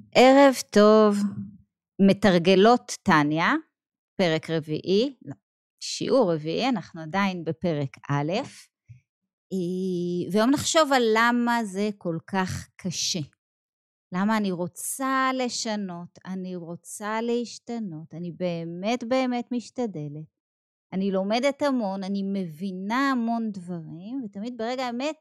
ערב טוב, מתרגלות טניה, פרק רביעי, שיעור רביעי, אנחנו עדיין בפרק א', והיום נחשוב על למה זה כל כך קשה. למה אני רוצה לשנות, אני רוצה להשתנות, אני באמת משתדלת. אני לומדת המון, אני מבינה המון דברים, ותמיד ברגע האמת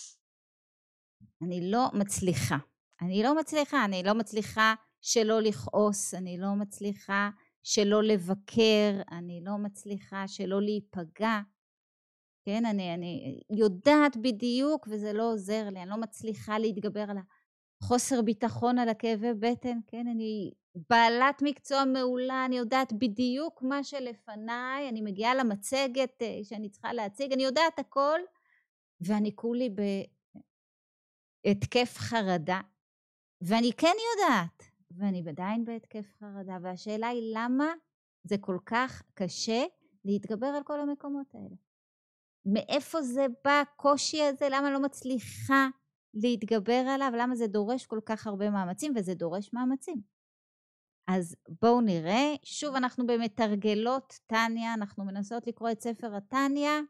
אני לא מצליחה. אני לא מצליחה שלא לכעוס, אני לא מצליחה שלא לבקר, אני לא מצליחה שלא להיפגע. כן, אני יודעת בדיוק וזה לא עוזר לי, אני לא מצליחה להתגבר על החוסר ביטחון, על הכאבי בטן, כן, אני בעלת מקצוע מעולה, אני יודעת בדיוק מה שלפניי, אני מגיעה למצגת שאני צריכה להציג, אני יודעת הכל, ואני כולי בהתקף חרדה, ואני כן יודעת, ואני עדיין בהתקף חרדה, והשאלה היא למה זה כל כך קשה להתגבר על כל המקומות האלה. מאיפה זה בא, הקושי הזה, למה לא מצליחה להתגבר עליו, למה זה דורש כל כך הרבה מאמצים, וזה דורש מאמצים. אז בואו נראה, שוב אנחנו במתרגלות טניה, אנחנו מנסות לקרוא את ספר הטניה,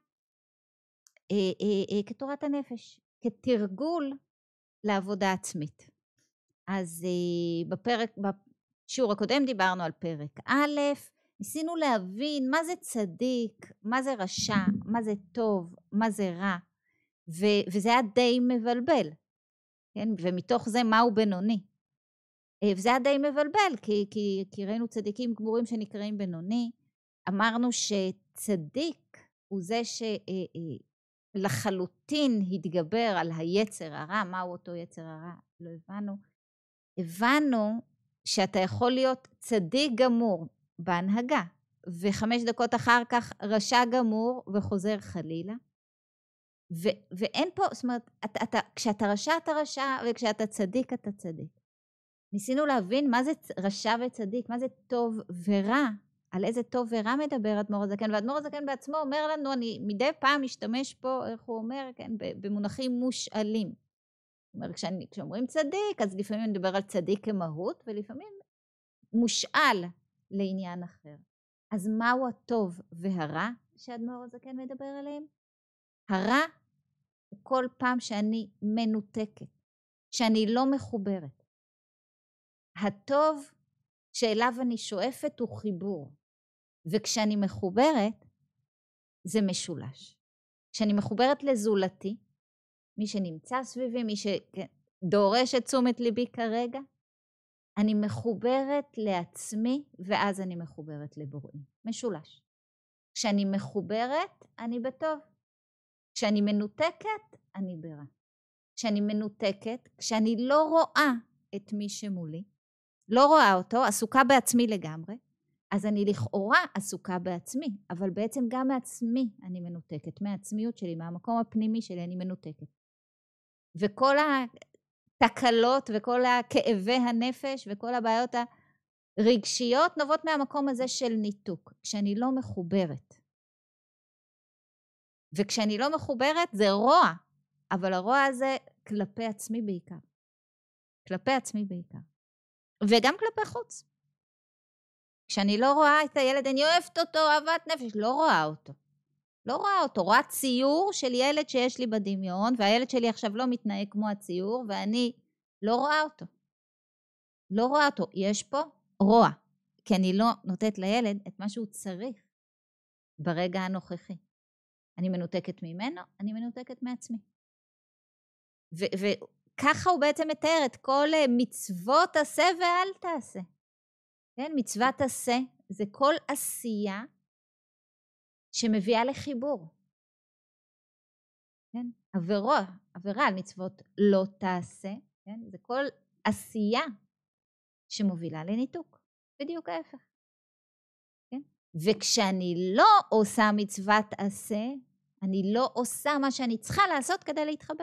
כתורת הנפש, כתרגול לעבודה עצמית. אז בשיעור הקודם דיברנו על פרק א', ניסינו להבין מה זה צדיק, מה זה רשע, מה זה טוב, מה זה רע, וזה היה די מבלבל, כן? ומתוך זה מהו בינוני. וזה היה די מבלבל, כי ראינו צדיקים גמורים שנקראים בינוני, אמרנו שצדיק הוא זה שלחלוטין התגבר על היצר הרע, מהו אותו יצר הרע, לא הבנו שאתה יכול להיות צדיק גמור בהנהגה, ו5 דקות אחר כך רשע גמור וחוזר חלילה, ואין פה, זאת אומרת, כשאתה רשע אתה רשע, וכשאתה צדיק אתה צדיק. ניסינו להבין מה זה רשע וצדיק, מה זה טוב ורע, על איזה טוב ורע מדבר אדמו"ר הזקן, ואדמו"ר הזקן בעצמו אומר לנו, אני מדי פעם משתמש פה, איך הוא אומר, כן, במונחים מושאלים. זאת אומרת, כשאומרים צדיק, אז לפעמים נדבר על צדיק כמהות, ולפעמים מושאל לעניין אחר. אז מהו הטוב והרע שאדמו"ר הזקן מדבר עליהם? הרע הוא כל פעם שאני מנותקת, שאני לא מחוברת. הטוב שאליו אני שואפת הוא חיבור, וכשאני מחוברת זה משולש. כשאני מחוברת לזולתי, מי שנמצא סביבי, מי שדורש את תשומת ליבי כרגע, אני מחוברת לעצמי, ואז אני מחוברת לבוראים. משולש. כשאני מחוברת, אני בטוב. כשאני מנותקת, אני ברע. כשאני מנותקת, כשאני לא רואה את מי שמולי, לא רואה אותו, עסוקה בעצמי לגמרי, אז אני לכאורה עסוקה בעצמי, אבל בעצם גם מעצמי אני מנותקת, מהעצמיות שלי, מהמקום הפנימי שלי אני מנותקת. וכל התקלות וכל הכאבי הנפש וכל הבעיות הרגשיות נובעות מהמקום הזה של ניתוק, כשאני לא מחוברת. וכשאני לא מחוברת זה רוע, אבל הרוע הזה כלפי עצמי בעיקר. כלפי עצמי בעיקר. וגם כלפי חוץ. כשאני לא רואה את הילד, אני אוהבת אותו, אהבת נפש, לא רואה אותו. לא רואה אותו, רואה ציור של ילד שיש לי בדמיון, והילד שלי עכשיו לא מתנהג כמו הציור, ואני לא רואה אותו. לא רואה אותו, יש פה רוע, כי אני לא נותנת לילד את מה שהוא צריך ברגע הנוכחי. אני מנותקת ממנו, אני מנותקת מעצמי. וככה הוא בעצם מתאר את כל מצוות עשה ואל תעשה. כן, מצוות עשה זה כל עשייה שמביאה לחיבור. כן? עבירה על מצוות לא תעשה, כן? זה כל עשייה שמובילה לניתוק, בדיוק ההפך. כן? וכשאני לא עושה מצוות עשה, אני לא עושה מה שאני צריכה לעשות כדי להתחבר.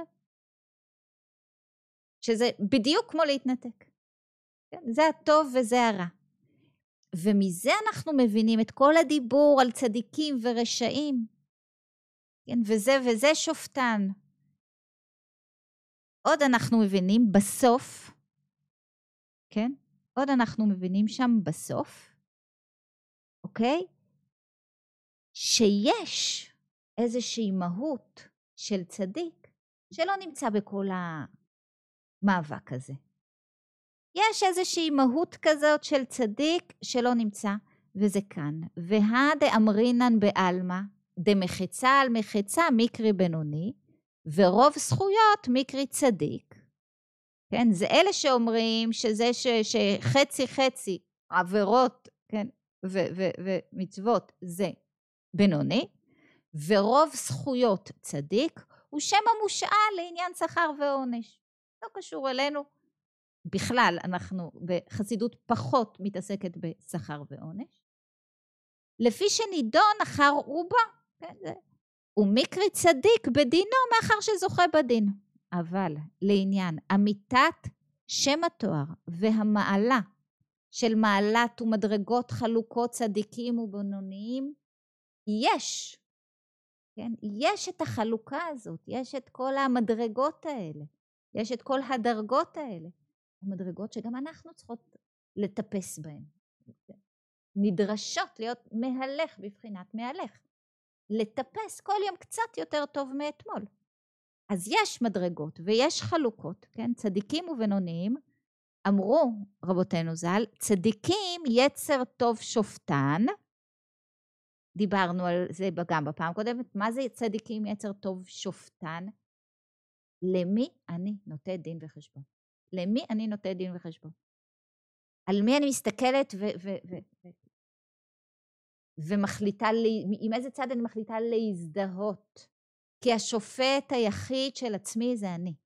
שזה בדיוק כמו להתנתק. כן? זה הטוב וזה הרע. ומזה אנחנו מבינים את כל הדיבור על צדיקים ורשעים. כן? וזה שופטן. עוד אנחנו מבינים בסוף, כן? עוד אנחנו מבינים שם בסוף, אוקיי? שיש איזושהי מהות של צדיק שלא נמצא בכל המאבק הזה. יש איזושהי מהות כזאת של צדיק שלא נמצא, וזה כאן. והדאמרינן בעלמא, דמחצה על מחצה מקרי בינוני, ורוב זכויות מקרי צדיק. כן, זה אלה שאומרים שזה שחצי חצי עבירות, כן, ומצוות זה בינוני, ורוב זכויות צדיק הוא שם המושאל לעניין שכר ועונש. לא קשור אלינו. בכלל אנחנו בחסידות פחות מתעסקת בשכר ועונש. לפי שנידון אחר רובה, כן, הוא מקרי צדיק בדינו מאחר שזוכה בדין. אבל לעניין אמיתת שם התואר והמעלה של מעלת ומדרגות חלוקות צדיקים ובינוניים, יש, כן? יש את החלוקה הזאת, יש את כל המדרגות האלה, יש את כל הדרגות האלה, המדרגות שגם אנחנו צריכות לטפס בהן. נדרשות להיות מהלך בבחינת מהלך, לטפס כל יום קצת יותר טוב מאתמול. אז יש מדרגות ויש חלוקות, כן? צדיקים ובינוניים, אמרו רבותינו ז"ל, צדיקים יצר טוב שופטן, דיברנו על זה גם בפעם קודמת, מה זה צדיקים יצר טוב שופטן? למי אני נותן דין וחשבון? למי אני נותן דין וחשבון? על מי אני מסתכלת ומחליטה, עם איזה צד אני מחליטה להזדהות? כי השופט היחיד של עצמי זה אני.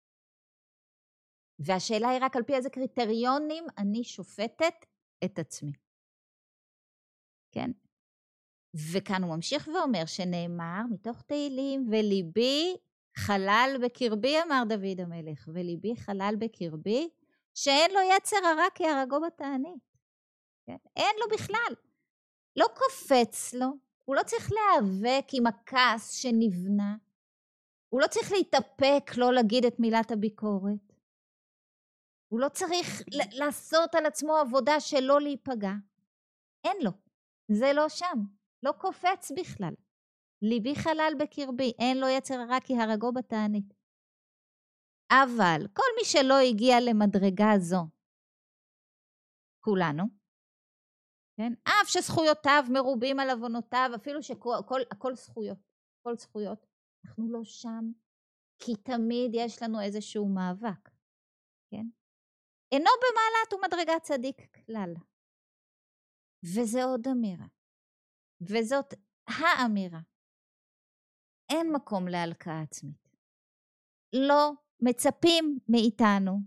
והשאלה היא רק על פי איזה קריטריונים אני שופטת את עצמי. כן? וכאן הוא ממשיך ואומר שנאמר מתוך תהילים, וליבי חלל בקרבי, אמר דוד המלך, וליבי חלל בקרבי, שאין לו יצר הרע כי הרגו בתענית. כן? אין לו בכלל. לא קופץ לו, הוא לא צריך להיאבק עם הכעס שנבנה, הוא לא צריך להתאפק, לא להגיד את מילת הביקורת, הוא לא צריך לעשות על עצמו עבודה שלא להיפגע, אין לו, זה לא שם, לא קופץ בכלל. ליבי חלל בקרבי, אין לו יצר הרע כי הרגו בתענית. אבל כל מי שלא הגיע למדרגה זו, כולנו, כן? אף שזכויותיו מרובים על עוונותיו, אפילו שהכל זכויות, כל זכויות, אנחנו לא שם, כי תמיד יש לנו איזשהו מאבק, כן? אינו במעלת ומדרגת צדיק כלל. וזה עוד אמירה. וזאת האמירה. אין מקום להלקאה עצמית. לא מצפים מאיתנו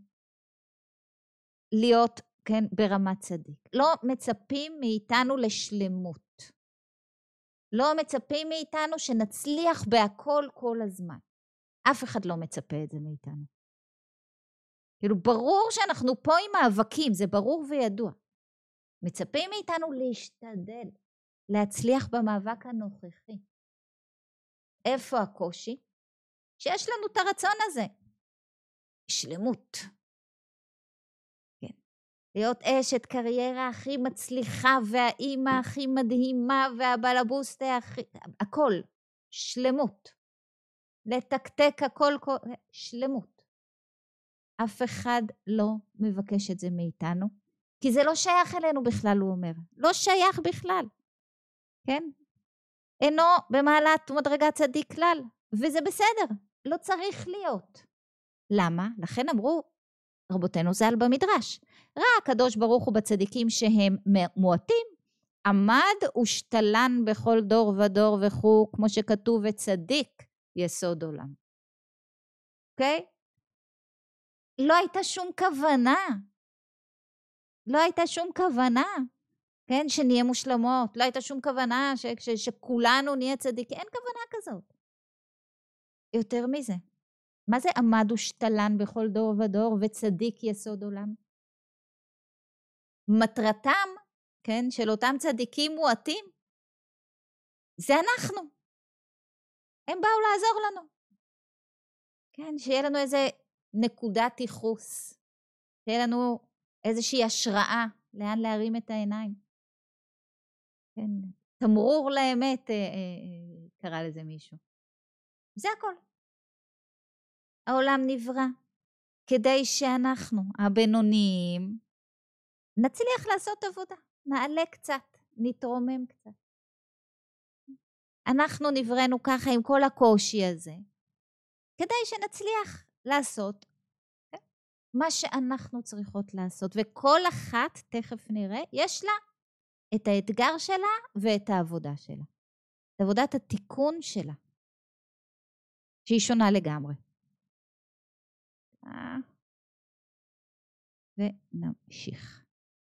להיות, כן, ברמת צדיק. לא מצפים מאיתנו לשלמות. לא מצפים מאיתנו שנצליח בהכל כל הזמן. אף אחד לא מצפה את זה מאיתנו. כאילו ברור שאנחנו פה עם מאבקים, זה ברור וידוע. מצפים מאיתנו להשתדל, להצליח במאבק הנוכחי. איפה הקושי? שיש לנו את הרצון הזה. שלמות. כן. להיות אשת קריירה הכי מצליחה, והאימא הכי מדהימה, והבלבוסטה הכי... הכל. שלמות. לתקתק הכל, שלמות. אף אחד לא מבקש את זה מאיתנו, כי זה לא שייך אלינו בכלל, הוא אומר. לא שייך בכלל. כן? אינו במעלת ומדרגת צדיק כלל, וזה בסדר, לא צריך להיות. למה? לכן אמרו רבותינו ז"ל במדרש, רק הקדוש ברוך הוא בצדיקים שהם מועטים, עמד ושתלן בכל דור ודור וכו', כמו שכתוב וצדיק יסוד עולם. אוקיי? לא הייתה שום כוונה. לא הייתה שום כוונה. כן, שנהיה מושלמות, לא הייתה שום כוונה שכולנו נהיה צדיקים, אין כוונה כזאת. יותר מזה, מה זה עמד ושתלן בכל דור ודור וצדיק יסוד עולם? מטרתם, כן, של אותם צדיקים מועטים, זה אנחנו. הם באו לעזור לנו. כן, שיהיה לנו איזה נקודת ייחוס, שיהיה לנו איזושהי השראה, לאן להרים את העיניים. כן, תמרור לאמת, קרא לזה מישהו. זה הכל. העולם נברא כדי שאנחנו, הבינוניים, נצליח לעשות עבודה, נעלה קצת, נתרומם קצת. אנחנו נבראנו ככה עם כל הקושי הזה, כדי שנצליח לעשות מה שאנחנו צריכות לעשות, וכל אחת, תכף נראה, יש לה את האתגר שלה ואת העבודה שלה. את עבודת התיקון שלה, שהיא שונה לגמרי. ונמשיך.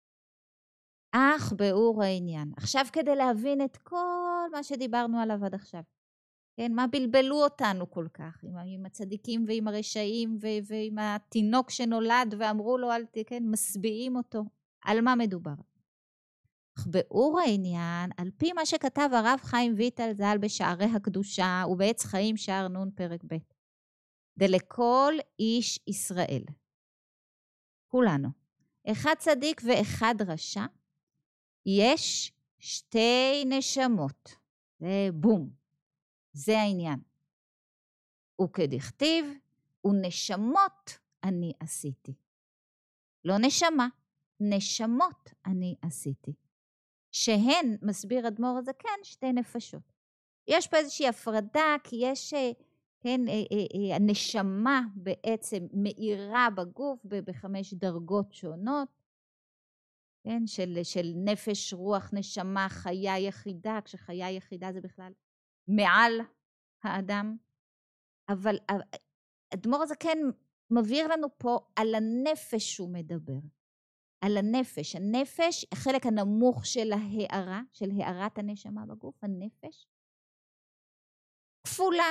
אך באור העניין. עכשיו כדי להבין את כל מה שדיברנו עליו עד עכשיו. כן, מה בלבלו אותנו כל כך, עם הצדיקים ועם הרשעים ועם התינוק שנולד ואמרו לו, כן, מסביעים אותו. על מה מדובר? אך באור העניין, על פי מה שכתב הרב חיים ויטל ז"ל בשערי הקדושה ובעץ חיים שער נון פרק ב'. דלכל איש ישראל. כולנו. אחד צדיק ואחד רשע. יש שתי נשמות. זה בום. זה העניין. וכדכתיב, ונשמות אני עשיתי. לא נשמה, נשמות אני עשיתי. שהן, מסביר אדמו"ר הזקן, שתי נפשות. יש פה איזושהי הפרדה, כי יש, כן, הנשמה בעצם מאירה בגוף בחמש דרגות שונות, כן, של נפש, רוח, נשמה, חיה יחידה, כשחיה יחידה זה בכלל מעל האדם. אבל אדמו"ר הזקן מבהיר לנו פה על הנפש שהוא מדבר. על הנפש. הנפש, החלק הנמוך של ההארה, של הארת הנשמה בגוף, הנפש, כפולה,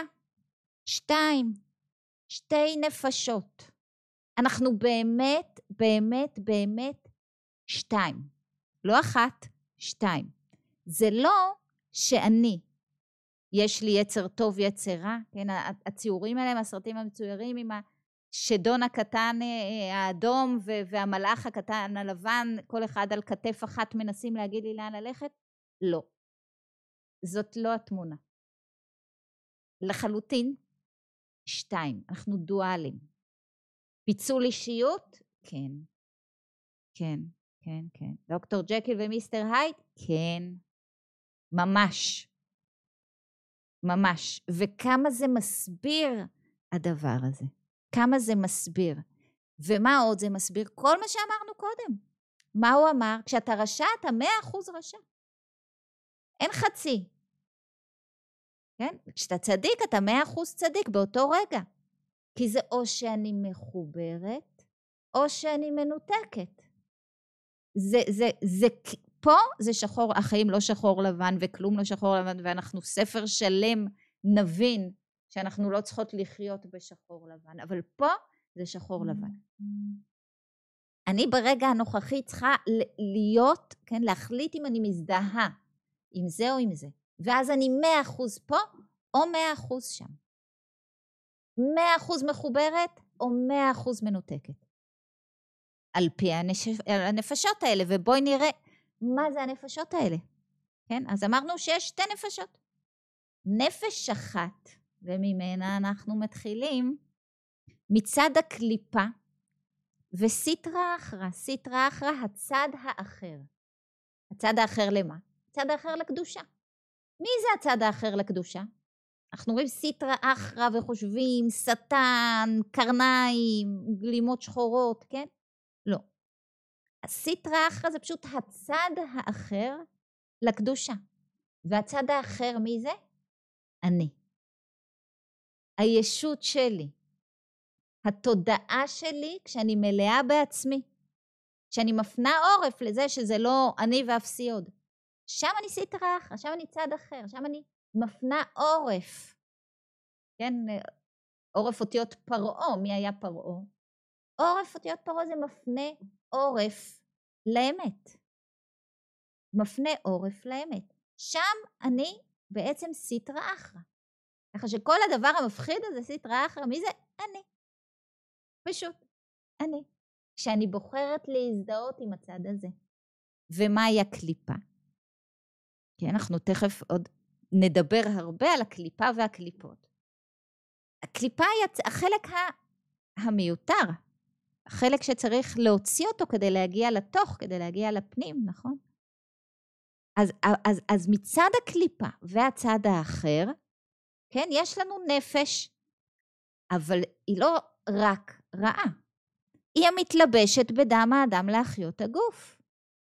שתי נפשות. אנחנו באמת, באמת, באמת שתיים. לא אחת, שתיים. זה לא שאני, יש לי יצר טוב יצר רע, כן? הציורים האלה, הסרטים המצוירים עם השדון הקטן האדום והמלאך הקטן הלבן, כל אחד על כתף אחת מנסים להגיד לי לאן ללכת? לא. זאת לא התמונה. לחלוטין שתיים, אנחנו דואלים. פיצול אישיות? כן. כן, כן, כן. דוקטור ג'קיל ומיסטר הייד? כן. ממש. ממש. וכמה זה מסביר הדבר הזה. כמה זה מסביר. ומה עוד זה מסביר? כל מה שאמרנו קודם. מה הוא אמר? כשאתה רשע, אתה 100% רשע. אין חצי. כן? כשאתה צדיק, אתה 100% צדיק באותו רגע. כי זה או שאני מחוברת, או שאני מנותקת. פה זה שחור, החיים לא שחור לבן, וכלום לא שחור לבן, ואנחנו ספר שלם נבין שאנחנו לא צריכות לחיות בשחור לבן, אבל פה זה שחור לבן. אני ברגע הנוכחי צריכה להיות, כן, להחליט אם אני מזדהה, עם זה או עם זה. ואז אני 100% פה, או 100% שם. 100% מחוברת, או 100% מנותקת. על פי הנפשות האלה, ובואי נראה מה זה הנפשות האלה. כן? אז אמרנו שיש שתי נפשות. נפש אחת, וממנה אנחנו מתחילים, מצד הקליפה, וסיטרא אחרא. סיטרא אחרא, הצד האחר. הצד האחר למה? הצד האחר לקדושה. מי זה הצד האחר לקדושה? אנחנו רואים סיטרא אחרא וחושבים, שטן, קרניים, גלימות שחורות, כן? לא. הסיטרא אחרא זה פשוט הצד האחר לקדושה. והצד האחר מי זה? אני. הישות שלי. התודעה שלי כשאני מלאה בעצמי. כשאני מפנה עורף לזה שזה לא אני ואפסי עוד. שם אני סיטרא אחרא, שם אני צד אחר, שם אני מפנה עורף. כן, עורף אותיות פרעה, מי היה פרעה? עורף אותיות פרעה זה מפנה עורף לאמת. מפנה עורף לאמת. שם אני בעצם סיטרא אחרא. ככה שכל הדבר המפחיד הזה, סיטרא אחרא, מי זה? אני. פשוט, אני. כשאני בוחרת להזדהות עם הצד הזה. ומהי הקליפה? כי אנחנו תכף עוד נדבר הרבה על הקליפה והקליפות. הקליפה היא החלק המיותר, החלק שצריך להוציא אותו כדי להגיע לתוך, כדי להגיע לפנים, נכון? אז מצד הקליפה והצד האחר, כן, יש לנו נפש, אבל היא לא רק רעה. היא המתלבשת בדם האדם להחיות הגוף.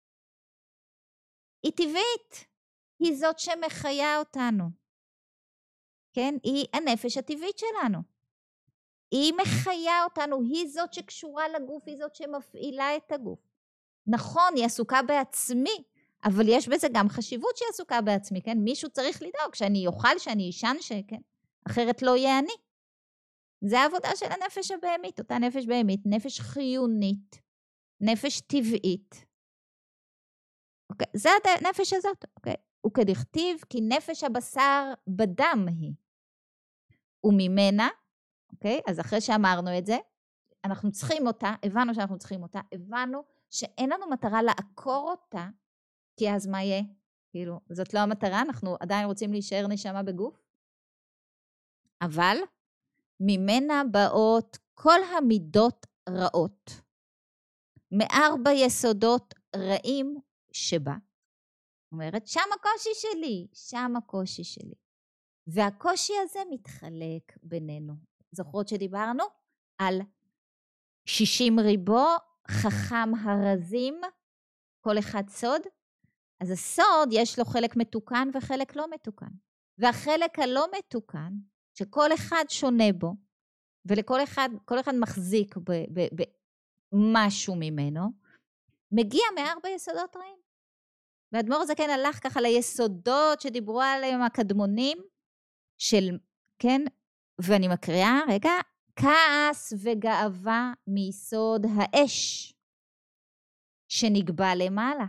היא טבעית, היא זאת שמחיה אותנו. כן, היא הנפש הטבעית שלנו. היא מחיה אותנו, היא זאת שקשורה לגוף, היא זאת שמפעילה את הגוף. נכון, היא עסוקה בעצמי, אבל יש בזה גם חשיבות שהיא עסוקה בעצמי, כן? מישהו צריך לדאוג שאני אוכל, שאני אישן, כן? אחרת לא יהיה אני. זה העבודה של הנפש הבהמית, אותה נפש בהמית, נפש חיונית, נפש טבעית. אוקיי? זה הנפש הזאת, אוקיי? וכדכתיב, כי נפש הבשר בדם היא. וממנה, אוקיי? אז אחרי שאמרנו את זה, אנחנו צריכים אותה, הבנו שאנחנו צריכים אותה, הבנו שאין לנו מטרה לעקור אותה, כי אז מה יהיה? כאילו, זאת לא המטרה, אנחנו עדיין רוצים להישאר נשמה בגוף. אבל ממנה באות כל המידות רעות, מארבע יסודות רעים שבה. אומרת, שם הקושי שלי, שם הקושי שלי. והקושי הזה מתחלק בינינו. זוכרות שדיברנו על 60 ריבו, חכם הרזים, כל אחד סוד? אז הסוד יש לו חלק מתוקן וחלק לא מתוקן. והחלק הלא מתוקן, שכל אחד שונה בו, כל אחד מחזיק במשהו ממנו, מגיע מארבע יסודות רעים. והאדמו"ר הזקן הלך ככה ליסודות שדיברו עליהם הקדמונים, של, כן, ואני מקריאה, רגע, כעס וגאווה מיסוד האש, שנקבע למעלה.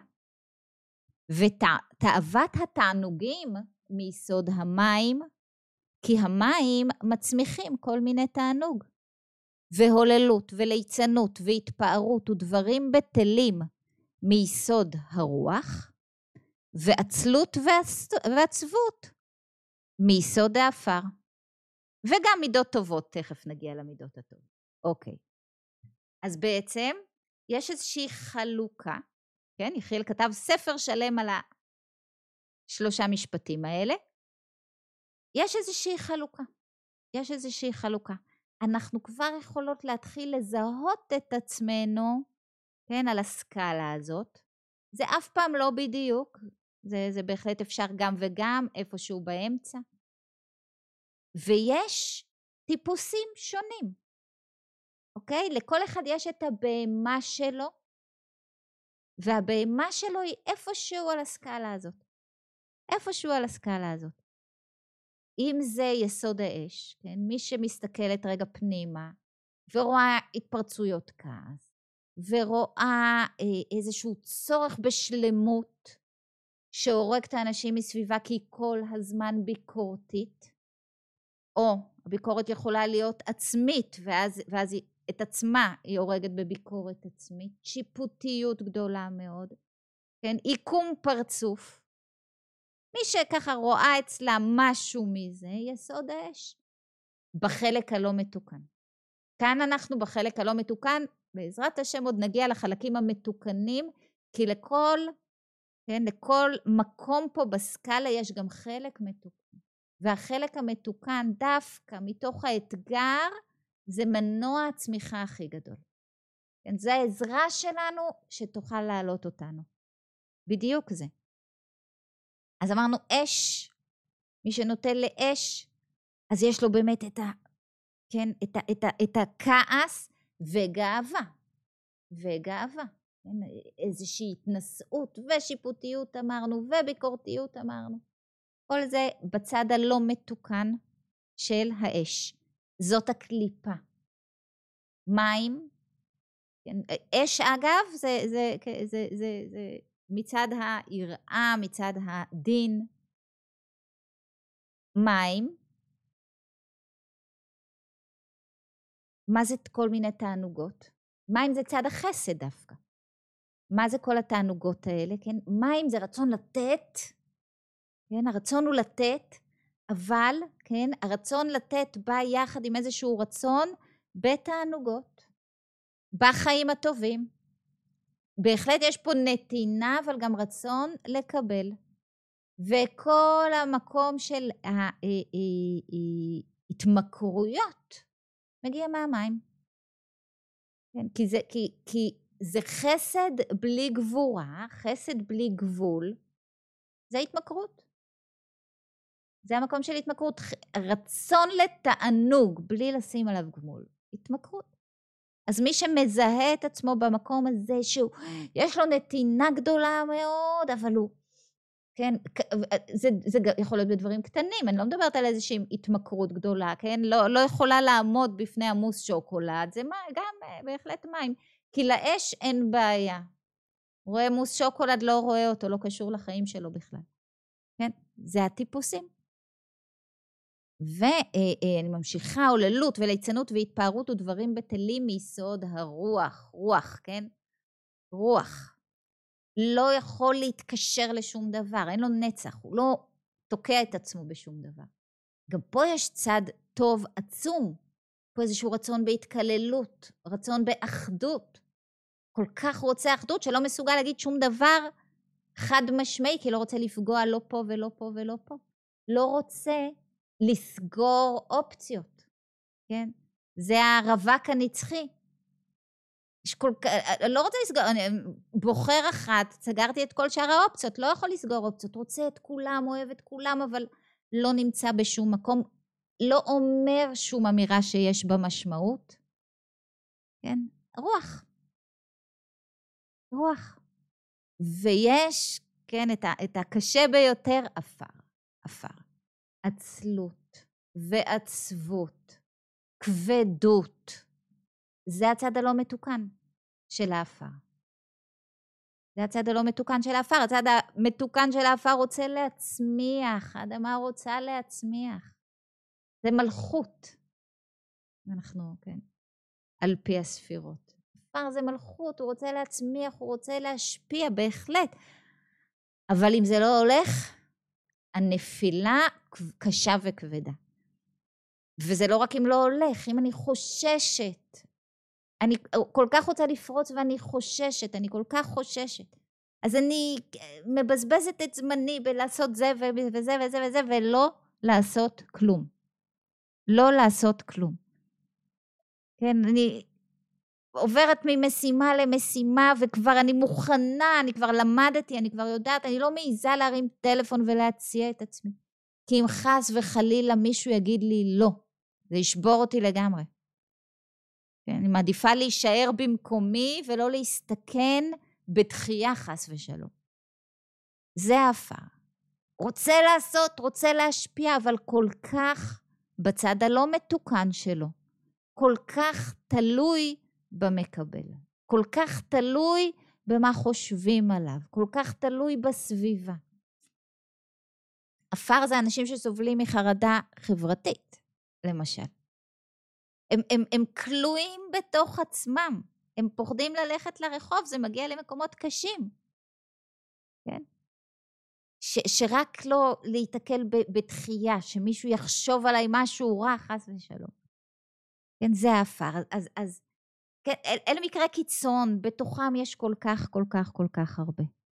ותאוות התענוגים מיסוד המים, כי המים מצמיחים כל מיני תענוג. והוללות וליצנות והתפארות ודברים בטלים מיסוד הרוח, ועצלות ועצבות מיסוד האפר. וגם מידות טובות, תכף נגיע למידות הטובות. אוקיי. אז בעצם יש איזושהי חלוקה, כן? יחיאל כתב ספר שלם על השלושה משפטים האלה. יש איזושהי חלוקה. אנחנו כבר יכולות להתחיל לזהות את עצמנו, כן, על הסקאלה הזאת. זה אף פעם לא בדיוק, זה בהחלט אפשר גם וגם, איפשהו באמצע. ויש טיפוסים שונים, אוקיי? לכל אחד יש את הבהמה שלו, והבהמה שלו היא איפשהו על הסקאלה הזאת. איפשהו על הסקאלה הזאת. אם זה יסוד האש, כן? מי שמסתכלת רגע פנימה, ורואה התפרצויות כעס, ורואה איזשהו צורך בשלמות, שהורג את האנשים מסביבה כי היא כל הזמן ביקורתית, או הביקורת יכולה להיות עצמית, ואז את עצמה היא הורגת בביקורת עצמית, שיפוטיות גדולה מאוד, כן? עיקום פרצוף. מי שככה רואה אצלה משהו מזה, יסוד האש. בחלק הלא מתוקן. כאן אנחנו בחלק הלא מתוקן, בעזרת השם עוד נגיע לחלקים המתוקנים, כי לכל מקום פה בסקאלה יש גם חלק מתוקן. והחלק המתוקן דווקא מתוך האתגר, זה מנוע הצמיחה הכי גדול. כן, זה העזרה שלנו שתוכל להעלות אותנו. בדיוק זה. אז אמרנו אש, מי שנוטל לאש, אז יש לו באמת את הכעס וגאווה. כן, איזושהי התנשאות ושיפוטיות אמרנו, וביקורתיות אמרנו. כל זה בצד הלא מתוקן של האש. זאת הקליפה. מים, כן, אש אגב, זה מצד היראה, מצד הדין. מים, מה זה כל מיני תענוגות? מה אם זה צד החסד דווקא? מה זה כל התענוגות האלה, כן? מה אם זה רצון לתת, כן? הרצון הוא לתת, אבל, כן? הרצון לתת בא יחד עם איזשהו רצון בתענוגות, בחיים הטובים. בהחלט יש פה נתינה, אבל גם רצון לקבל. וכל המקום של ההתמכרויות מגיע מהמים. כן? כי זה חסד בלי גבורה, חסד בלי גבול, זה התמכרות. זה המקום של התמכרות, רצון לתענוג בלי לשים עליו גמול, התמכרות. אז מי שמזהה את עצמו במקום הזה שהוא, יש לו נתינה גדולה מאוד, אבל הוא, כן, זה יכול להיות בדברים קטנים, אני לא מדברת על איזושהי התמכרות גדולה, כן, לא יכולה לעמוד בפני עמוס שוקולד, זה גם בהחלט מים, כי לאש אין בעיה. רואה מוס שוקולד, לא רואה אותו, לא קשור לחיים שלו בכלל. כן? זה הטיפוסים. ואני ממשיכה, עוללות וליצנות והתפארות ודברים בטלים מיסוד הרוח. רוח, כן? רוח. לא יכול להתקשר לשום דבר, אין לו נצח, הוא לא תוקע את עצמו בשום דבר. גם פה יש צד טוב עצום, פה איזשהו רצון בהתקללות, רצון באחדות. כל כך רוצה אחדות שלא מסוגל להגיד שום דבר חד משמעי, כי לא רוצה לפגוע לא פה ולא פה ולא פה. לא רוצה לסגור אופציות, כן? זה הרווק הנצחי. לא רוצה לסגור, אני בוחר אחת, סגרתי את כל שאר האופציות, לא יכול לסגור אופציות, רוצה את כולם, אוהב את כולם, אבל לא נמצא בשום מקום, לא אומר שום אמירה שיש בה משמעות, כן? רוח. רוח. ויש, כן, את הקשה ביותר, אפר. עצלות ועצבות, כבדות. זה הצד הלא מתוקן של האפר. זה הצד הלא מתוקן של האפר. הצד המתוקן של האפר רוצה להצמיח. האדמה רוצה להצמיח. זה מלכות. אנחנו, כן, על פי הספירות. האפר זה מלכות, הוא רוצה להצמיח, הוא רוצה להשפיע, בהחלט. אבל אם זה לא הולך, הנפילה קשה וכבדה. וזה לא רק אם לא הולך, אם אני חוששת, אני כל כך רוצה לפרוץ ואני חוששת, אני כל כך חוששת. אז אני מבזבזת את זמני בלעשות זה וזה וזה וזה, ולא לעשות כלום. לא לעשות כלום. כן, אני עוברת ממשימה למשימה, וכבר אני מוכנה, אני כבר למדתי, אני כבר יודעת, אני לא מעיזה להרים טלפון ולהציע את עצמי. כי אם חס וחלילה מישהו יגיד לי לא, זה ישבור אותי לגמרי. אני מעדיפה להישאר במקומי ולא להסתכן בתחייה חס ושלום. זה האפר. רוצה לעשות, רוצה להשפיע, אבל כל כך בצד הלא מתוקן שלו. כל כך תלוי במקבל. כל כך תלוי במה חושבים עליו. כל כך תלוי בסביבה. אפר זה אנשים שסובלים מחרדה חברתית, למשל. הם כלואים בתוך עצמם, הם פוחדים ללכת לרחוב, זה מגיע למקומות קשים, כן? שרק לא להתקל בתחייה, שמישהו יחשוב עליי משהו רע, חס ושלום. כן, זה האפר. אז כן, אלה מקרה קיצון, בתוכם יש כל כך הרבה.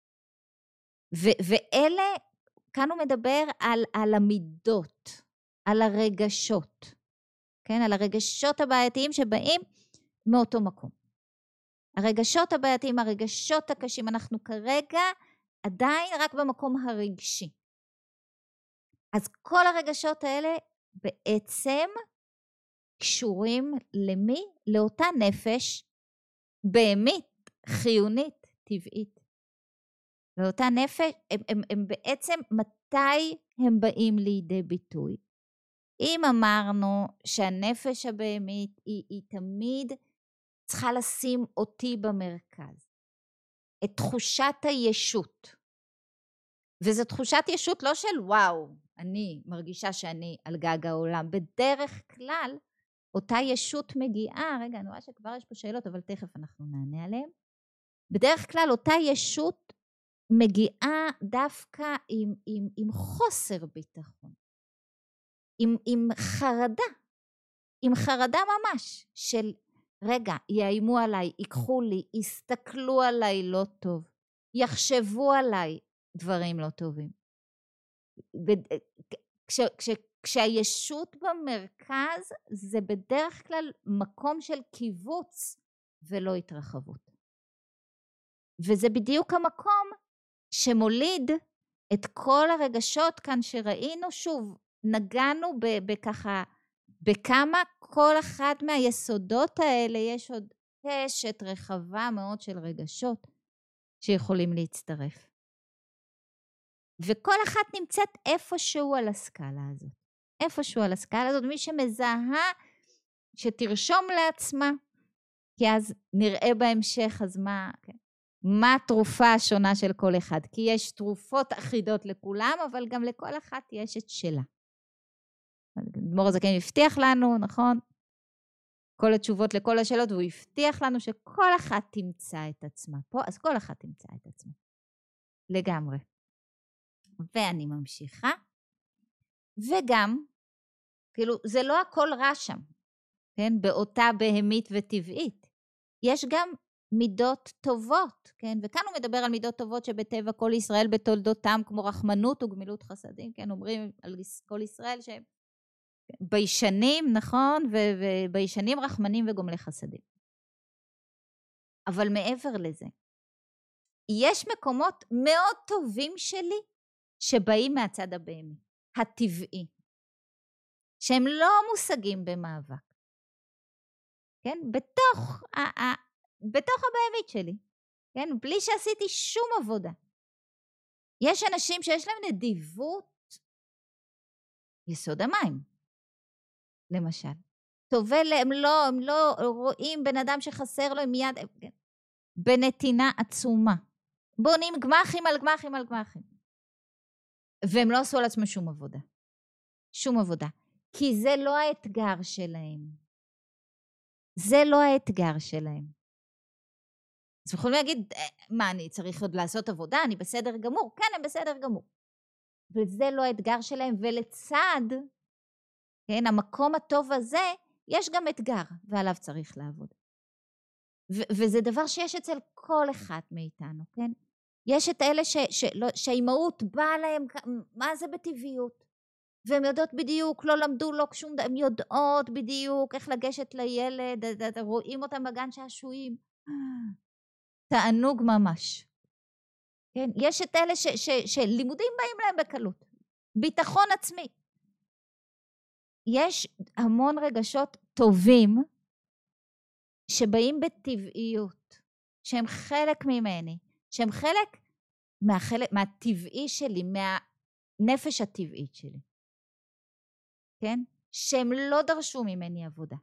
ואלה, כאן הוא מדבר על המידות, על הרגשות. כן, על הרגשות הבעייתיים שבאים מאותו מקום. הרגשות הבעייתיים, הרגשות הקשים, אנחנו כרגע עדיין רק במקום הרגשי. אז כל הרגשות האלה בעצם קשורים למי? לאותה נפש בהמית, חיונית, טבעית. לאותה נפש, הם בעצם מתי הם באים לידי ביטוי? אם אמרנו שהנפש הבהמית היא תמיד צריכה לשים אותי במרכז, את תחושת הישות, וזו תחושת ישות לא של וואו, אני מרגישה שאני על גג העולם, בדרך כלל אותה ישות מגיעה, רגע, אני רואה שכבר יש פה שאלות, אבל תכף אנחנו נענה עליהן. בדרך כלל אותה ישות מגיעה דווקא עם חוסר ביטחון, עם חרדה, עם חרדה ממש של רגע, יאיימו עליי, ייקחו לי, יסתכלו עליי לא טוב, יחשבו עליי דברים לא טובים. כשהישות במרכז זה בדרך כלל מקום של קיבוץ ולא התרחבות. וזה בדיוק המקום שמוליד את כל הרגשות כאן שראינו. שוב, נגענו בככה, בכמה כל אחד מהיסודות האלה יש עוד קשת רחבה מאוד של רגשות שיכולים להצטרף. וכל אחת נמצאת איפשהו על הסקאלה הזאת. איפשהו על הסקאלה הזאת, מי שמזהה, שתרשום לעצמה, כי אז נראה בהמשך, אז מה התרופה השונה של כל אחד? כי יש תרופות אחידות לכולם, אבל גם לכל אחת יש את שלה. אדמו"ר הזקן הבטיח לנו, נכון? כל התשובות לכל השאלות, והוא הבטיח לנו שכל אחת תמצא את עצמה. פה, אז כל אחת תמצא את עצמה. לגמרי. ואני ממשיכה. וגם, כאילו, זה לא הכל רע שם, כן? באותה בהמית וטבעית. יש גם מידות טובות, כן? וכאן הוא מדבר על מידות טובות שבטבע כל ישראל בתולדותם, כמו רחמנות וגמילות חסדים, כן? אומרים על כל ישראל שהם ביישנים, נכון? וביישנים רחמנים וגומלי חסדים. אבל מעבר לזה, יש מקומות מאוד טובים שלי שבאים מהצד הבהמי, הטבעי, שהם לא מושגים במאבק, כן? בתוך הבהמית שלי, כן? בלי שעשיתי שום עבודה. יש אנשים שיש להם נדיבות, יסוד המים, למשל. טובל, הם לא רואים בן אדם שחסר לו מיד, בנתינה עצומה. בונים גמחים על גמחים על גמחים. והם לא עשו על עצמם שום עבודה. שום עבודה. כי זה לא האתגר שלהם. זה לא האתגר שלהם. אז יכולים להגיד, מה, אני צריך עוד לעשות עבודה? אני בסדר גמור. כן, הם בסדר גמור. וזה לא האתגר שלהם, ולצד, כן, המקום הטוב הזה, יש גם אתגר, ועליו צריך לעבוד. וזה דבר שיש אצל כל אחד מאיתנו, כן? יש את אלה שהאימהות באה להם, מה זה בטבעיות? והן יודעות בדיוק, לא למדו, לא שום דבר, הן יודעות בדיוק איך לגשת לילד, רואים אותם בגן שעשועים. תענוג ממש. כן? יש את אלה שלימודים באים להם בקלות. ביטחון עצמי. יש המון רגשות טובים שבאים בטבעיות, שהם חלק ממני, שהם חלק מהטבעי שלי, מהנפש הטבעית שלי. כן? שהם לא דרשו ממני עבודה.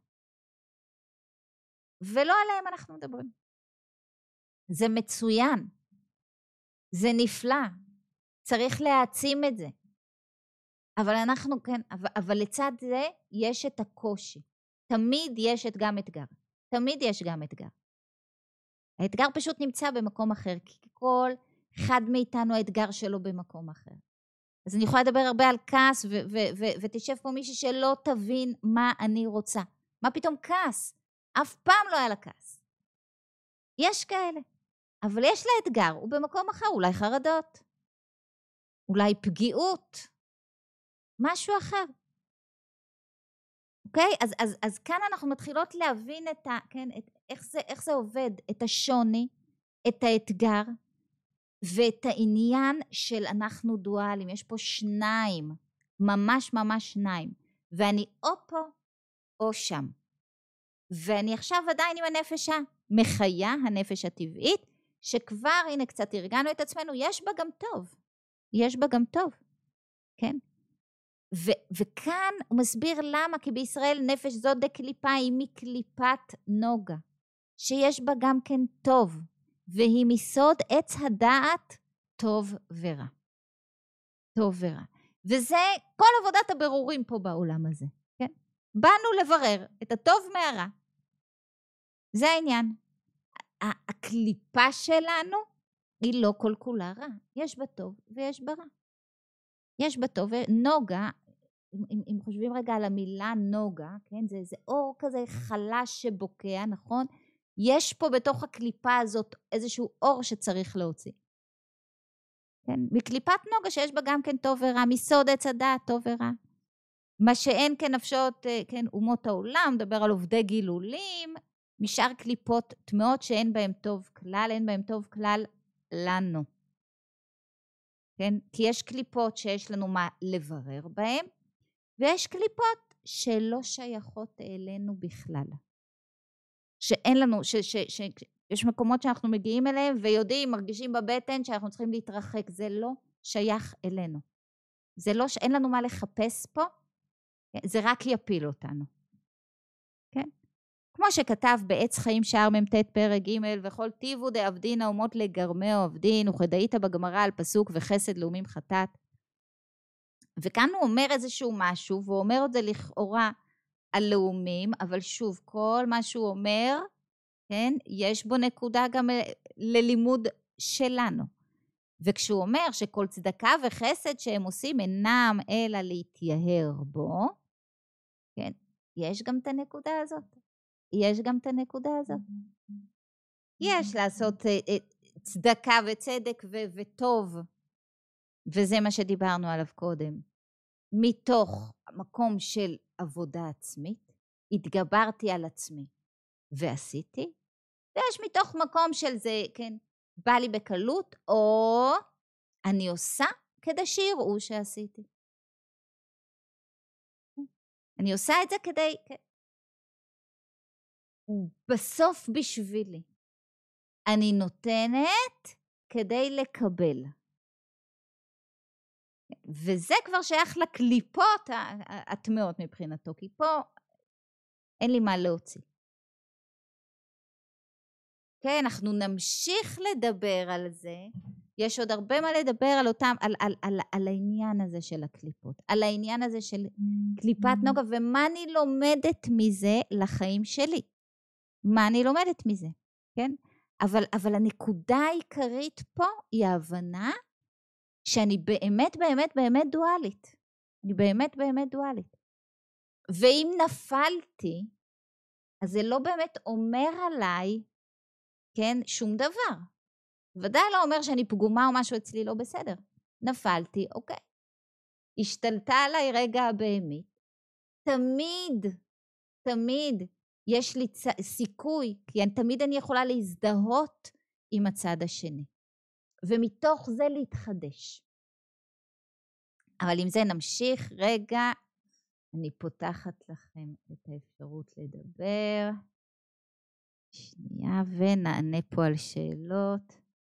ולא עליהם אנחנו מדברים. זה מצוין. זה נפלא. צריך להעצים את זה. אבל אנחנו, כן, אבל לצד זה יש את הקושי. תמיד יש גם אתגר. תמיד יש גם אתגר. האתגר פשוט נמצא במקום אחר, כי כל אחד מאיתנו האתגר שלו במקום אחר. אז אני יכולה לדבר הרבה על כעס, ותשב פה מישהי שלא תבין מה אני רוצה. מה פתאום כעס? אף פעם לא היה לה כעס. יש כאלה. אבל יש לה אתגר, הוא במקום אחר, אולי חרדות, אולי פגיעות, משהו אחר. אוקיי? אז כאן אנחנו מתחילות להבין איך זה עובד, את השוני, את האתגר, ואת העניין של אנחנו דואלים. יש פה שניים, ממש ממש שניים, ואני או פה או שם. ואני עכשיו עדיין עם הנפש המחיה, הנפש הטבעית, שכבר, הנה קצת הרגענו את עצמנו, יש בה גם טוב. יש בה גם טוב, כן? וכאן הוא מסביר למה, כי בישראל נפש זאת דקליפה היא מקליפת נוגה, שיש בה גם כן טוב, והיא מסוד עץ הדעת טוב ורע. טוב ורע. וזה כל עבודת הבירורים פה בעולם הזה, כן? באנו לברר את הטוב מהרע. זה העניין. הקליפה שלנו היא לא כל כולה רע. יש בה טוב ויש בה רע. יש בה טוב, נוגה, אם חושבים רגע על המילה נוגה, כן? זה אור כזה חלש שבוקע, נכון? יש פה בתוך הקליפה הזאת איזשהו אור שצריך להוציא. כן? מקליפת נוגה שיש בה גם כן טוב ורע, מסוד עץ הדעת טוב ורע. מה שאין כנפשות, כן, אומות העולם, מדבר על עובדי גילולים, משאר קליפות טמאות שאין בהם טוב כלל, אין בהם טוב כלל לנו. כן? כי יש קליפות שיש לנו מה לברר בהם, ויש קליפות שלא שייכות אלינו בכלל. שאין לנו, יש מקומות שאנחנו מגיעים אליהם ויודעים, מרגישים בבטן שאנחנו צריכים להתרחק, זה לא שייך אלינו. זה לא, אין לנו מה לחפש פה, זה רק יפיל אותנו. כן? כמו שכתב בעץ חיים שער מ"ט פרק ג' וכל טיבו דעבדין האומות לגרמי עובדין וכדאית בגמרא על פסוק וחסד לאומים חטאת. וכאן הוא אומר איזשהו משהו והוא אומר את זה לכאורה על לאומים, אבל שוב כל מה שהוא אומר, כן, יש בו נקודה גם ללימוד שלנו. וכשהוא אומר שכל צדקה וחסד שהם עושים אינם אלא להתייהר בו, כן, יש גם את הנקודה הזאת. יש גם את הנקודה הזאת. יש לעשות צדקה וצדק וטוב, וזה מה שדיברנו עליו קודם. מתוך מקום של עבודה עצמית, התגברתי על עצמי ועשיתי, ויש מתוך מקום של זה, כן, בא לי בקלות, או אני עושה כדי שיראו שעשיתי. אני עושה את זה כדי, בסוף בשבילי. אני נותנת כדי לקבל. וזה כבר שייך לקליפות הטמאות מבחינתו, כי פה אין לי מה להוציא. כן, אנחנו נמשיך לדבר על זה, יש עוד הרבה מה לדבר על אותם, על העניין הזה של הקליפות, על העניין הזה של קליפת נוגה, ומה אני לומדת מזה לחיים שלי. מה אני לומדת מזה, כן? אבל הנקודה העיקרית פה היא ההבנה שאני באמת באמת באמת דואלית. אני באמת באמת דואלית. ואם נפלתי, אז זה לא באמת אומר עליי, כן, שום דבר. ודאי לא אומר שאני פגומה או משהו אצלי לא בסדר. נפלתי, אוקיי. השתלטה עליי רגע הבהמית. תמיד יש לי סיכוי, כי תמיד אני יכולה להזדהות עם הצד השני. ומתוך זה להתחדש. אבל עם זה נמשיך רגע, אני פותחת לכם את האפשרות לדבר. שנייה, ונענה פה על שאלות.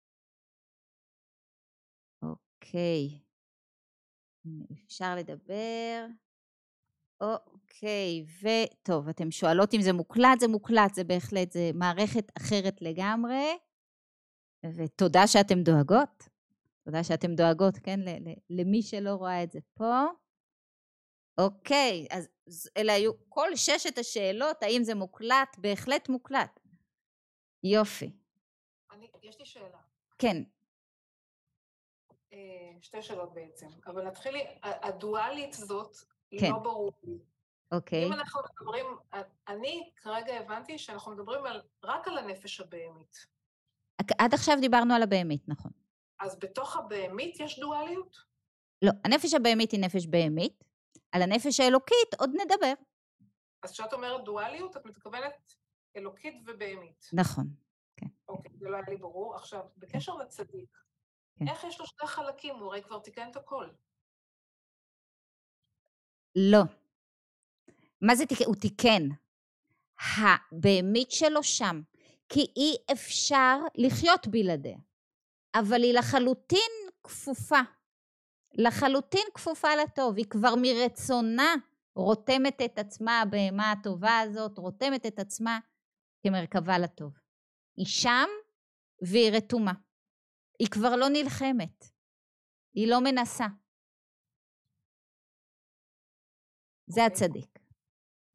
אוקיי. אפשר לדבר. אוקיי, וטוב, אתם שואלות אם זה מוקלט, זה מוקלט, זה בהחלט, זה מערכת אחרת לגמרי. ותודה שאתם דואגות. תודה שאתם דואגות, כן, למי שלא רואה את זה פה. אוקיי, אז אלה היו כל 6 השאלות, האם זה מוקלט? בהחלט מוקלט. יופי. יש לי שאלה. כן. 2 שאלות בעצם, אבל נתחיל, הדואלית זאת כן. לא ברור לי. אוקיי. אם אנחנו מדברים, אני כרגע הבנתי שאנחנו מדברים רק על הנפש הבהמית. עד עכשיו דיברנו על הבהמית, נכון. אז בתוך הבהמית יש דואליות? לא, הנפש הבהמית היא נפש בהמית, על הנפש האלוקית עוד נדבר. אז כשאת אומרת דואליות, את מתכוונת אלוקית ובהמית. נכון, כן. אוקיי, זה לא היה לי ברור. עכשיו, בקשר לצדיק, כן. איך יש לו 2 חלקים? הוא הרי כבר תיקן את הכל. לא. מה זה תיקן? הוא תיקן. הבהמית שלו שם, כי אי אפשר לחיות בלעדיה, אבל היא לחלוטין כפופה. לחלוטין כפופה לטוב, היא כבר מרצונה רותמת את עצמה, הבהמה הטובה הזאת, רותמת את עצמה כמרכבה לטוב. היא שם והיא רתומה. היא כבר לא נלחמת, היא לא מנסה. זה הצדיק.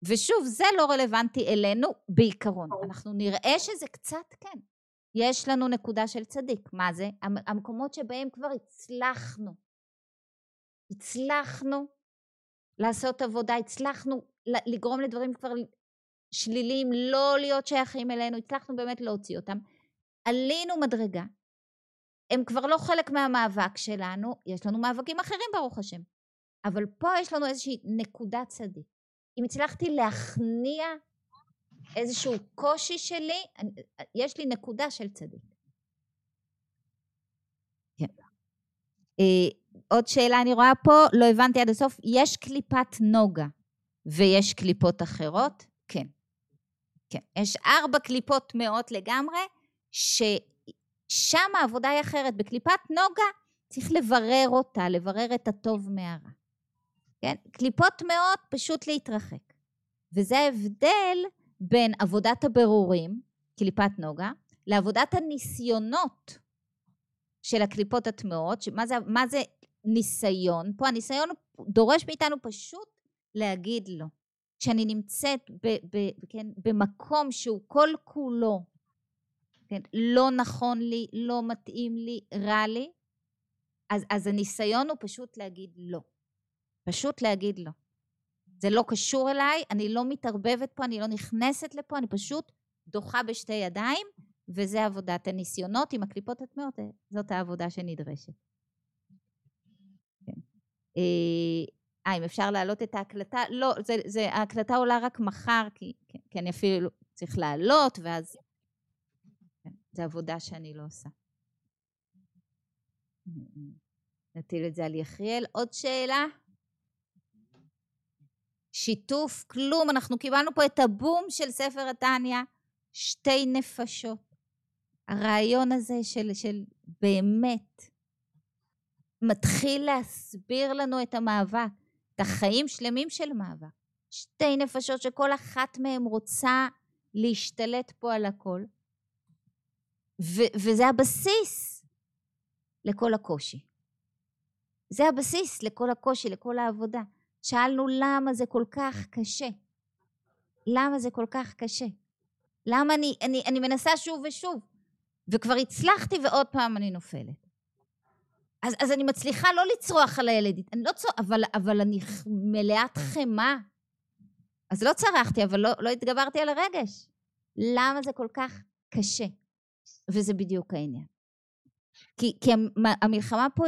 ושוב, זה לא רלוונטי אלינו בעיקרון. אנחנו נראה שזה קצת כן. יש לנו נקודה של צדיק. מה זה? המקומות שבהם כבר הצלחנו לעשות עבודה, הצלחנו לגרום לדברים כבר שליליים, לא להיות שייכים אלינו, הצלחנו באמת להוציא אותם. עלינו מדרגה. הם כבר לא חלק מהמאבק שלנו, יש לנו מאבקים אחרים ברוך השם. אבל פה יש לנו איזושהי נקודת צדיק. אם הצלחתי להכניע איזשהו קושי שלי, יש לי נקודה של צדיק. כן. עוד שאלה אני רואה פה, לא הבנתי עד הסוף, יש קליפת נוגה ויש קליפות אחרות? כן. כן. יש 4 קליפות טמאות לגמרי, ששם העבודה היא אחרת. בקליפת נוגה צריך לברר אותה, לברר את הטוב מהרע. כן? קליפות טמאות פשוט להתרחק. וזה ההבדל בין עבודת הבירורים, קליפת נוגה, לעבודת הניסיונות של הקליפות הטמאות. מה זה ניסיון? פה הניסיון דורש מאיתנו פשוט להגיד לו. כשאני נמצאת במקום שהוא כל כולו, כן, לא נכון לי, לא מתאים לי, רע לי, אז הניסיון הוא פשוט להגיד לא. פשוט להגיד לא. זה לא קשור אליי, אני לא מתערבבת פה, אני לא נכנסת לפה, אני פשוט דוחה בשתי ידיים, וזה עבודת הניסיונות עם הקליפות הטמאות, זאת העבודה שנדרשת. כן. אם אפשר להעלות את ההקלטה? לא, ההקלטה עולה רק מחר, כי אני אפילו צריך להעלות, ואז זה עבודה שאני לא עושה. נטיל את זה על יחיאל. עוד שאלה? שיתוף, כלום, אנחנו קיבלנו פה את הבום של ספר התניא, 2 נפשות. הרעיון הזה של באמת מתחיל להסביר לנו את המאבק, את החיים שלמים של מאבק. 2 נפשות שכל אחת מהן רוצה להשתלט פה על הכל. וזה הבסיס לכל הקושי. זה הבסיס לכל הקושי, לכל העבודה. שאלנו למה זה כל כך קשה. למה זה כל כך קשה? למה אני מנסה שוב ושוב, וכבר הצלחתי ועוד פעם אני נופלת. אז אני מצליחה לא לצרוח על הילד, אני לא צרוח, אבל אני מלאת חמה. אז לא צרחתי, אבל לא התגברתי על הרגש. למה זה כל כך קשה? וזה בדיוק העניין. כי המלחמה פה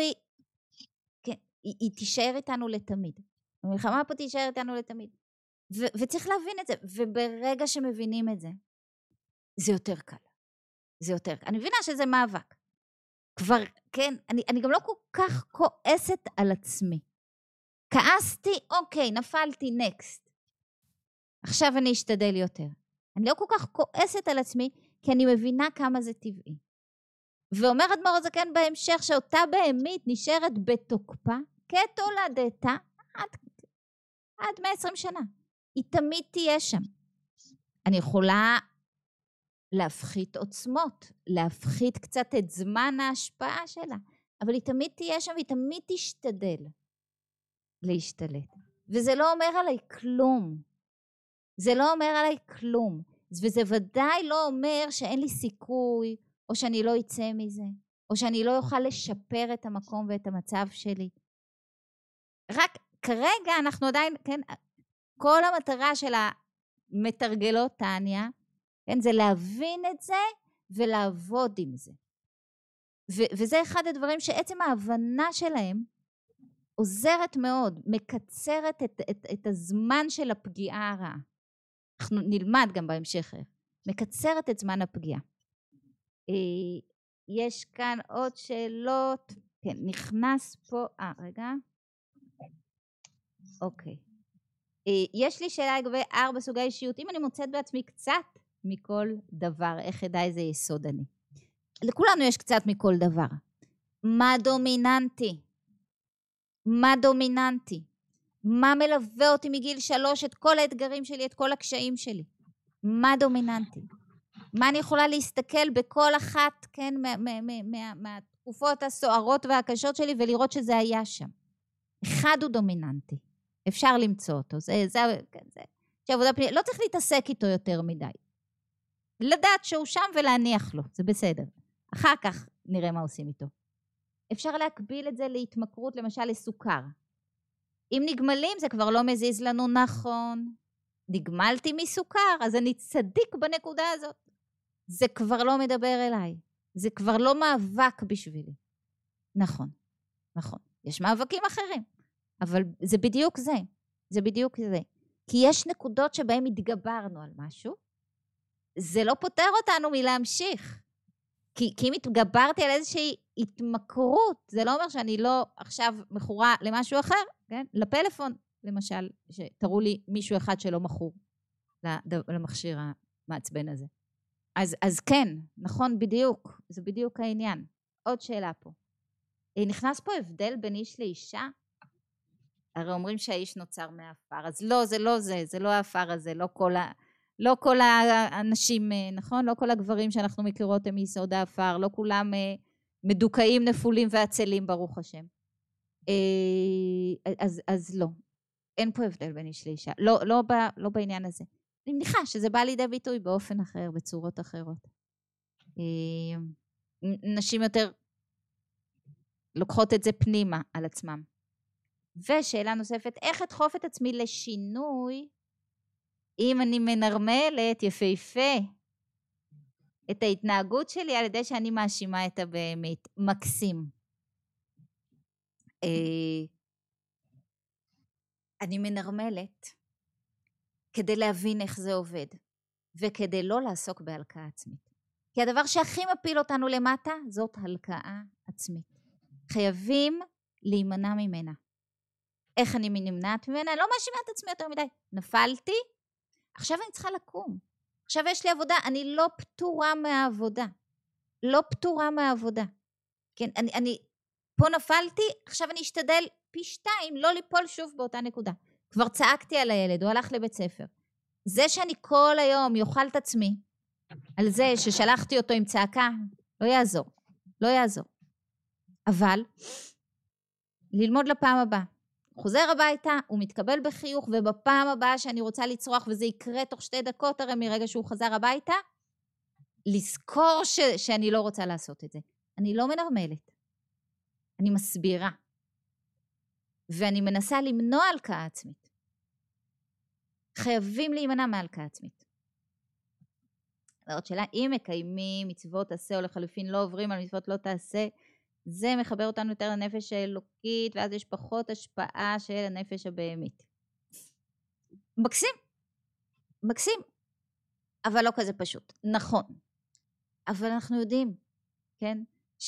היא תישאר איתנו לתמיד. המלחמה פה תישאר איתנו לתמיד. וצריך להבין את זה. וברגע שמבינים את זה, זה יותר קל. זה יותר. אני מבינה שזה מאבק. כבר, כן, אני גם לא כל כך כועסת על עצמי. כעסתי, אוקיי, נפלתי, נקסט. עכשיו אני אשתדל יותר. אני לא כל כך כועסת על עצמי, כי אני מבינה כמה זה טבעי. ואומר אדמו"ר הזקן בהמשך, שאותה בהמית נשארת בתוקפה, כתולדתה, עד 120 שנה. היא תמיד תהיה שם. אני יכולה להפחית עוצמות, להפחית קצת את זמן ההשפעה שלה, אבל היא תמיד תהיה שם, והיא תמיד תשתדל להשתלט. וזה לא אומר עליי כלום. זה לא אומר עליי כלום. וזה ודאי לא אומר שאין לי סיכוי, או שאני לא אצא מזה, או שאני לא אוכל לשפר את המקום ואת המצב שלי. רק כרגע אנחנו עדיין, כן, כל המטרה של המתרגלות תניא, כן, זה להבין את זה ולעבוד עם זה. וזה אחד הדברים שעצם ההבנה שלהם עוזרת מאוד, מקצרת את הזמן של הפגיעה הרעה. אנחנו נלמד גם בהמשך, מקצרת את זמן הפגיעה. יש כאן עוד שאלות, כן, נכנס פה, רגע, אוקיי. יש לי שאלה לגבי 4 סוגי אישיות, אם אני מוצאת בעצמי קצת מכל דבר, איך אדע איזה יסוד אני? לכולנו יש קצת מכל דבר. מה דומיננטי? מה דומיננטי? מה מלווה אותי מגיל 3, את כל האתגרים שלי, את כל הקשיים שלי? מה דומיננטי? מה אני יכולה להסתכל בכל אחת, כן, מהתקופות הסוערות והקשות שלי, ולראות שזה היה שם. אחד הוא דומיננטי. אפשר למצוא אותו. שעבודה פנימית, לא צריך להתעסק איתו יותר מדי. לדעת שהוא שם ולהניח לו, זה בסדר. אחר כך נראה מה עושים איתו. אפשר להקביל את זה להתמכרות, למשל לסוכר. אם נגמלים זה כבר לא מזיז לנו, נכון. נגמלתי מסוכר, אז אני צדיק בנקודה הזאת. זה כבר לא מדבר אליי. זה כבר לא מאבק בשבילי. נכון, נכון. יש מאבקים אחרים, אבל זה בדיוק זה. זה בדיוק זה. כי יש נקודות שבהן התגברנו על משהו, זה לא פותר אותנו מלהמשיך. כי אם התגברתי על איזושהי התמכרות, זה לא אומר שאני לא עכשיו מכורה למשהו אחר, כן? לפלאפון, למשל, שתראו לי מישהו אחד שלא מכור למכשיר המעצבן הזה. אז כן, נכון, בדיוק, זה בדיוק העניין. עוד שאלה פה. נכנס פה הבדל בין איש לאישה? הרי אומרים שהאיש נוצר מהאפר, אז לא, זה לא האפר הזה, לא כל האנשים, נכון? לא כל הגברים שאנחנו מכירות הם מיסוד האפר, לא כולם מדוכאים, נפולים ועצלים, ברוך השם. אז לא, אין פה הבדל בין איש לאישה, לא בעניין הזה. אני מניחה שזה בא לידי ביטוי באופן אחר, בצורות אחרות. נשים יותר לוקחות את זה פנימה על עצמם. ושאלה נוספת, איך אדחוף את עצמי לשינוי אם אני מנרמלת יפהפה את ההתנהגות שלי על ידי שאני מאשימה את הבהמית? מקסים. אני מנרמלת כדי להבין איך זה עובד, וכדי לא לעסוק בהלקאה עצמית. כי הדבר שהכי מפיל אותנו למטה, זאת הלקאה עצמית. חייבים להימנע ממנה. איך אני נמנעת ממנה? לא מאשימה את עצמי יותר מדי. נפלתי, עכשיו אני צריכה לקום. עכשיו יש לי עבודה, אני לא פטורה מהעבודה. לא פטורה מהעבודה. כן, אני פה נפלתי, עכשיו אני אשתדל פי 2 לא ליפול שוב באותה נקודה. כבר צעקתי על הילד, הוא הלך לבית ספר. זה שאני כל היום יאכל את עצמי, על זה ששלחתי אותו עם צעקה, לא יעזור. לא יעזור. אבל, ללמוד לפעם הבאה. חוזר הביתה, הוא מתקבל בחיוך, ובפעם הבאה שאני רוצה לצרוח, וזה יקרה תוך 2 דקות, הרי מרגע שהוא חזר הביתה, לזכור שאני לא רוצה לעשות את זה. אני לא מנרמלת. אני מסבירה. ואני מנסה למנוע הלקאה עצמית. חייבים להימנע מהלקאה עצמית. ועוד שאלה, אם מקיימים מצוות תעשה או לחלופין לא עוברים על מצוות לא תעשה, זה מחבר אותנו יותר לנפש האלוקית, ואז יש פחות השפעה של הנפש הבהמית. מקסים, מקסים, אבל לא כזה פשוט. נכון, אבל אנחנו יודעים, כן,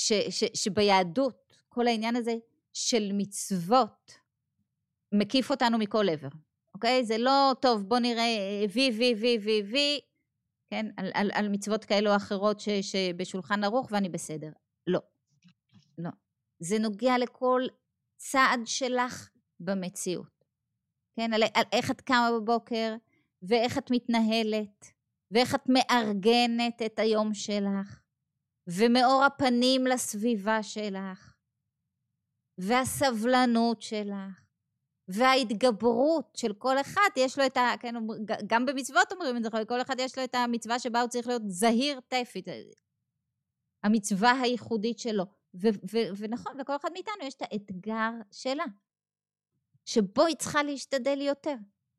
שביהדות כל העניין הזה של מצוות מקיף אותנו מכל עבר, אוקיי? זה לא טוב, בוא נראה וי, כן, על מצוות כאלו או אחרות שבשולחן ערוך ואני בסדר. לא. לא. זה נוגע לכל צעד שלך במציאות. כן, על איך את קמה בבוקר, ואיך את מתנהלת, ואיך את מארגנת את היום שלך, ומאור הפנים לסביבה שלך, והסבלנות שלך, וההתגברות של כל אחד, יש לו את ה... כן, גם במצוות אומרים את זה, כל אחד יש לו את המצווה שבה הוא צריך להיות זהיר טפית, המצווה הייחודית שלו. ונכון, לכל אחד מאיתנו יש את האתגר שלה, שבו היא צריכה להשתדל יותר.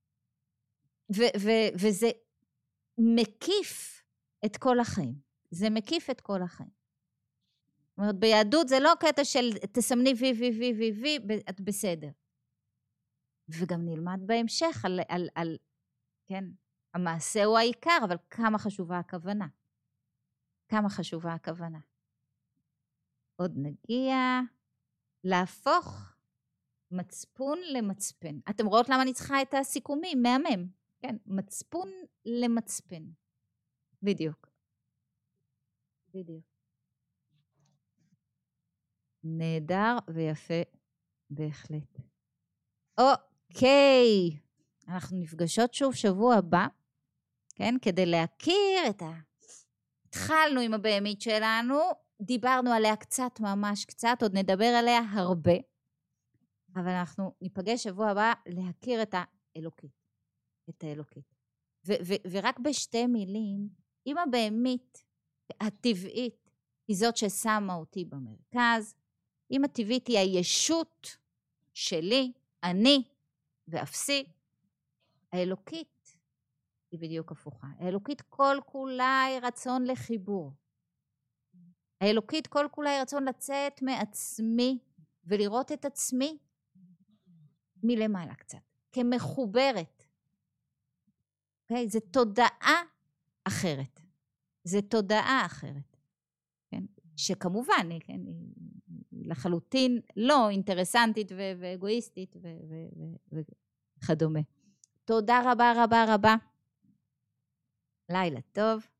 וזה מקיף את כל החיים. זה מקיף את כל החיים. זאת אומרת, ביהדות זה לא קטע של תסמני וי, את בסדר. וגם נלמד בהמשך על כן, המעשה הוא העיקר, אבל כמה חשובה הכוונה. כמה חשובה הכוונה. עוד נגיע להפוך מצפון למצפן. אתם רואות למה אני צריכה את הסיכומים? מהמם. כן, מצפון למצפן. בדיוק. בדיוק. נהדר ויפה בהחלט. אוקיי. אנחנו נפגשות שוב שבוע הבא, כן, כדי להכיר את התחלנו עם הבהמית שלנו, דיברנו עליה קצת, ממש קצת, עוד נדבר עליה הרבה, אבל אנחנו ניפגש שבוע הבא להכיר את האלוקית. את האלוקית. ורק בשתי מילים, אמא בהמית הטבעית היא זאת ששמה אותי במרכז, אמא טבעית היא הישות שלי, אני ואפסי. האלוקית היא בדיוק הפוכה. האלוקית כל כולה היא רצון לחיבור. האלוקית כל כולה היא רצון לצאת מעצמי ולראות את עצמי מלמעלה קצת, כמחוברת. Okay? זה תודעה אחרת. זה תודעה אחרת. כן? שכמובן, כן, היא לחלוטין לא אינטרסנטית ואגואיסטית וכדומה. תודה רבה רבה רבה. לילה טוב.